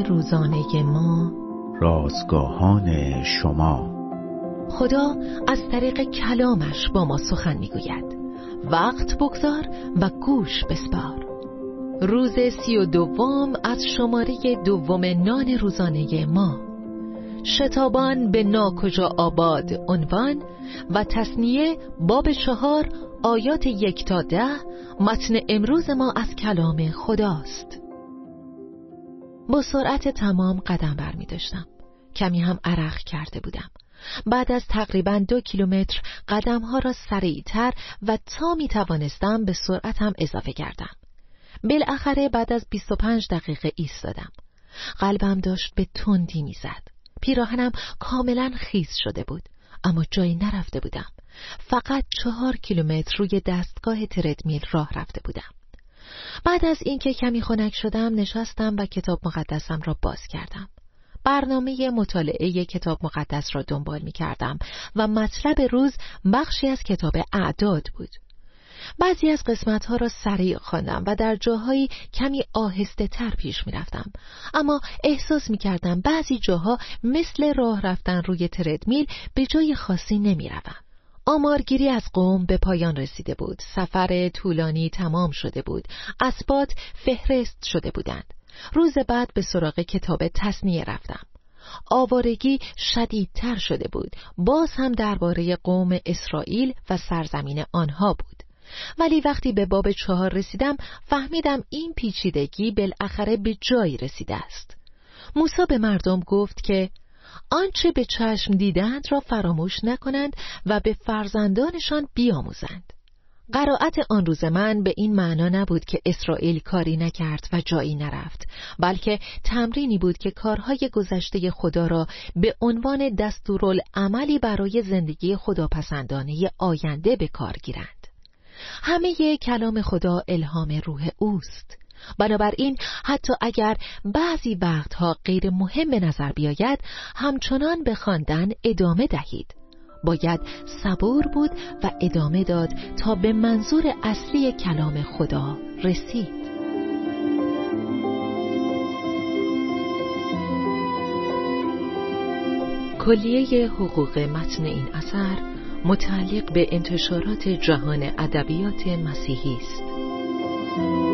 روزانه ما، رازگاهان شما. خدا از طریق کلامش با ما سخن میگوید. وقت بگذار و گوش بسپار. روز 32 از شماره 2 نان روزانه ما. شتابان به ناکجا آباد عنوان و تثنیه باب 4 آیات 1 تا 10. متن امروز ما از کلام خداست. با سرعت تمام قدم برمی داشتم. کمی هم عرق کرده بودم. بعد از تقریباً 2 کیلومتر قدمها را سریعتر و تا می توانستم به سرعتم اضافه کردم. بالاخره بعد از 25 دقیقه ایستادم. قلبم داشت به تندی می زد. پیراهنم کاملا خیس شده بود، اما جایی نرفته بودم. فقط 4 کیلومتر روی دستگاه تردمیل راه رفته بودم. بعد از اینکه کمی خنک شدم نشستم و کتاب مقدسم را باز کردم. برنامه مطالعه کتاب مقدس را دنبال می کردم و مطلب روز بخشی از کتاب اعداد بود. بعضی از قسمت‌ها را سریع خواندم و در جاهایی کمی آهسته تر پیش می رفتم. اما احساس می کردم بعضی جاها مثل راه رفتن روی تردمیل به جای خاصی نمی روم. آمارگیری از قوم به پایان رسیده بود. سفر طولانی تمام شده بود. اسباط فهرست شده بودند. روز بعد به سراغ کتاب تثنیه رفتم. آوارگی شدیدتر شده بود. باز هم درباره قوم اسرائیل و سرزمین آنها بود. ولی وقتی به باب 4 رسیدم فهمیدم این پیچیدگی بالاخره به جایی رسیده است. موسی به مردم گفت که آنچه به چشم دیدند را فراموش نکنند و به فرزندانشان بیاموزند. قرائت آن روز من به این معنا نبود که اسرائیل کاری نکرد و جایی نرفت، بلکه تمرینی بود که کارهای گذشته خدا را به عنوان دستورالعملی برای زندگی خداپسندانه آینده به کار گیرند. همه کلام خدا الهام روح اوست. بنابراین حتی اگر بعضی وقتها غیر مهم به نظر بیاید، همچنان به خواندن ادامه دهید. باید صبور بود و ادامه داد تا به منظور اصلی کلام خدا رسید. کلیه حقوق متن این اثر متعلق به انتشارات جهان ادبیات مسیحی است.